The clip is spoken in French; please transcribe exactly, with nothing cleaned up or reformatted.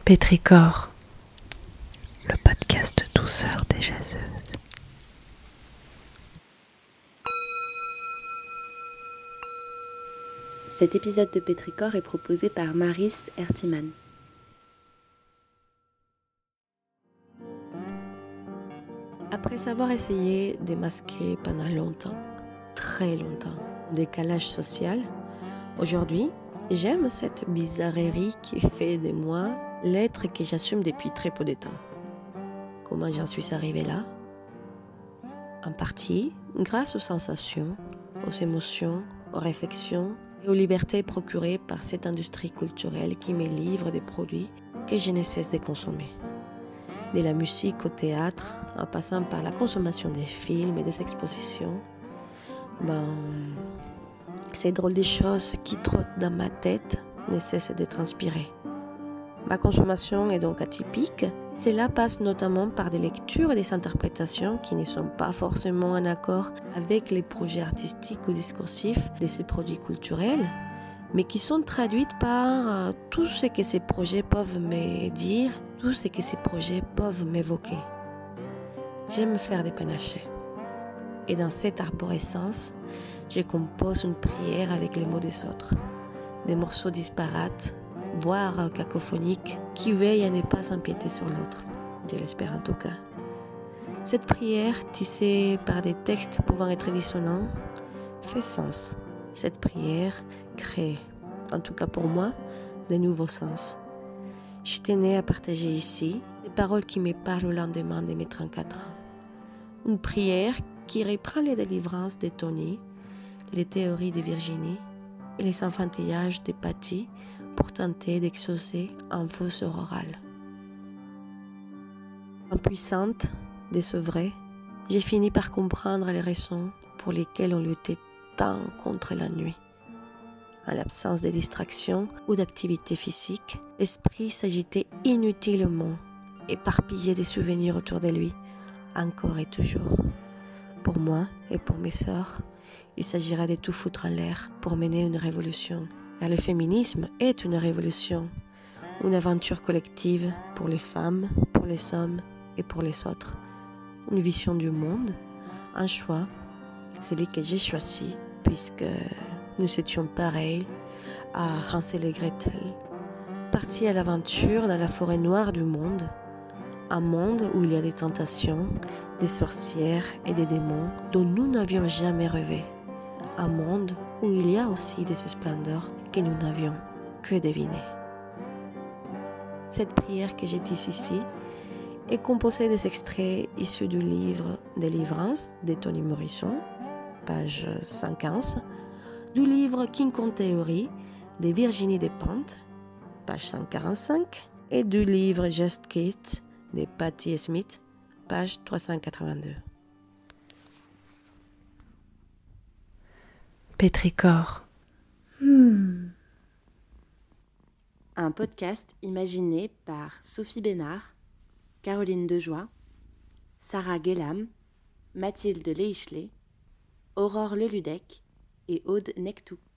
Pétrichor, le podcast douceur des jaseuses. Cet épisode de Pétrichor est proposé par Maris Ertiman. Après avoir essayé de masquer pendant longtemps, très longtemps, le décalage social, aujourd'hui, j'aime cette bizarrerie qui fait de moi l'être que j'assume depuis très peu de temps. Comment j'en suis arrivée là ? En partie, grâce aux sensations, aux émotions, aux réflexions et aux libertés procurées par cette industrie culturelle qui me livre des produits que je ne cesse de consommer. De la musique au théâtre, en passant par la consommation des films et des expositions, ben, ces drôles de choses qui trottent dans ma tête ne cessent d'être inspirées. Ma consommation est donc atypique. Cela passe notamment par des lectures et des interprétations qui ne sont pas forcément en accord avec les projets artistiques ou discursifs de ces produits culturels, mais qui sont traduites par tout ce que ces projets peuvent me dire, tout ce que ces projets peuvent m'évoquer. J'aime faire des panachés. Et dans cette arborescence, je compose une prière avec les mots des autres. Des morceaux disparates, voire cacophoniques, qui veillent à ne pas s'empiéter sur l'autre. Je l'espère en tout cas. Cette prière, tissée par des textes pouvant être dissonants, fait sens. Cette prière crée, en tout cas pour moi, de nouveaux sens. Je tenais à partager ici les paroles qui me parlent au lendemain de mes trente-quatre ans. Une prière qui reprend les délivrances de Tony, les théories de Virginie et les enfantillages de Patty pour tenter d'exaucer un feu oral. Impuissante, désevrée, j'ai fini par comprendre les raisons pour lesquelles on luttait tant contre la nuit. En l'absence de distraction ou d'activité physique, l'esprit s'agitait inutilement, éparpillé des souvenirs autour de lui, encore et toujours. Pour moi et pour mes sœurs, il s'agira de tout foutre en l'air pour mener une révolution. Car le féminisme est une révolution, une aventure collective pour les femmes, pour les hommes et pour les autres. Une vision du monde, un choix, celui que j'ai choisi puisque nous étions pareils à Hansel et Gretel, partis à l'aventure dans la forêt noire du monde, un monde où il y a des tentations, des sorcières et des démons dont nous n'avions jamais rêvé. Un monde où il y a aussi des splendeurs que nous n'avions que devinées. Cette prière que j'ai tisse ici est composée des extraits issus du livre Délivrance de Toni Morrison, page cent quinze, du livre King Kong Theory de Virginie Despentes, page cent quarante-cinq, et du livre Just Kids de Patti Smith, page trois cent quatre-vingt-deux. Pétrichor. Hmm. Un podcast imaginé par Sophie Bénard, Caroline Dejoie, Sarah Guélam, Mathilde Leichelet, Aurore Leludec et Aude Nectou.